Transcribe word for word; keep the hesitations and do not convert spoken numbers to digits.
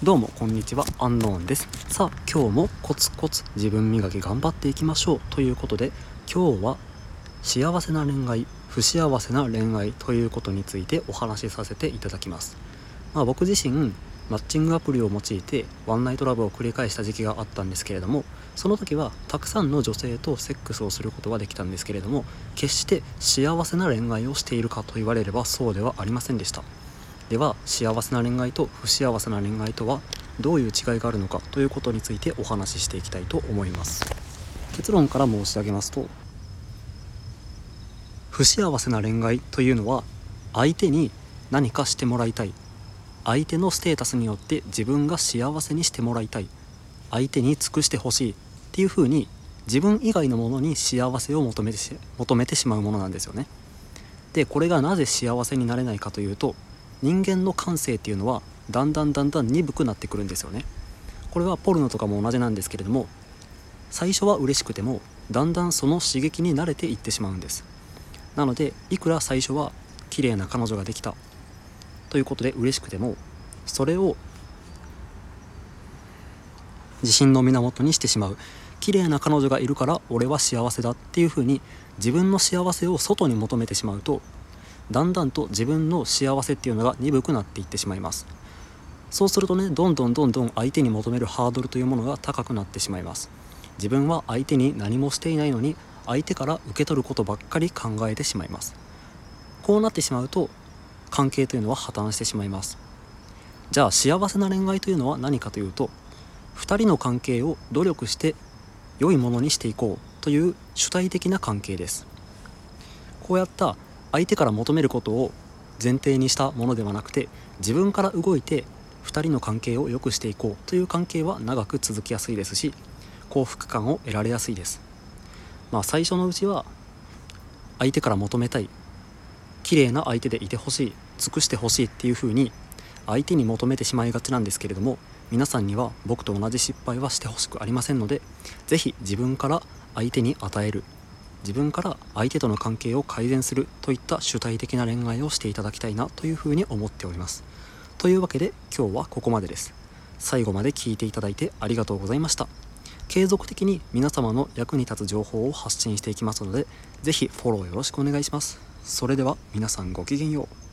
どうもこんにちは、アンノーンです。さあ今日もコツコツ自分磨き頑張っていきましょうということで、今日は幸せな恋愛、不幸せな恋愛ということについてお話しさせていただきます。まあ、僕自身マッチングアプリを用いてワンナイトラブを繰り返した時期があったんですけれども、その時はたくさんの女性とセックスをすることができたんですけれども、決して幸せな恋愛をしているかと言われればそうではありませんでした。では幸せな恋愛と不幸せな恋愛とはどういう違いがあるのかということについてお話ししていきたいと思います。結論から申し上げますと、不幸せな恋愛というのは相手に何かしてもらいたい、相手のステータスによって自分が幸せにしてもらいたい、相手に尽くしてほしいっていうふうに自分以外のものに幸せを求めてし、求めてしまうものなんですよね。でこれがなぜ幸せになれないかというと、人間の感性っていうのはだんだんだんだん鈍くなってくるんですよね。これはポルノとかも同じなんですけれども、最初は嬉しくてもだんだんその刺激に慣れていってしまうんです。なのでいくら最初は綺麗な彼女ができたということで嬉しくても、それを自信の源にしてしまう、綺麗な彼女がいるから俺は幸せだっていうふうに自分の幸せを外に求めてしまうと、だんだんと自分の幸せっていうのが鈍くなっていってしまいます。そうするとね、どんどんどんどん相手に求めるハードルというものが高くなってしまいます。自分は相手に何もしていないのに相手から受け取ることばっかり考えてしまいます。こうなってしまうと関係というのは破綻してしまいます。じゃあ幸せな恋愛というのは何かというと、ふたりの関係を努力して良いものにしていこうという主体的な関係です。こうやった相手から求めることを前提にしたものではなくて、自分から動いてふたりの関係を良くしていこうという関係は長く続きやすいですし、幸福感を得られやすいです。まあ最初のうちは相手から求めたい、綺麗な相手でいてほしい、尽くしてほしいっていう風に相手に求めてしまいがちなんですけれども、皆さんには僕と同じ失敗はしてほしくありませんので、ぜひ自分から相手に与える、自分から相手との関係を改善するといった主体的な恋愛をしていただきたいなというふうに思っております。というわけで今日はここまでです。最後まで聞いていただいてありがとうございました。継続的に皆様の役に立つ情報を発信していきますので、ぜひフォローよろしくお願いします。それでは皆さんごきげんよう。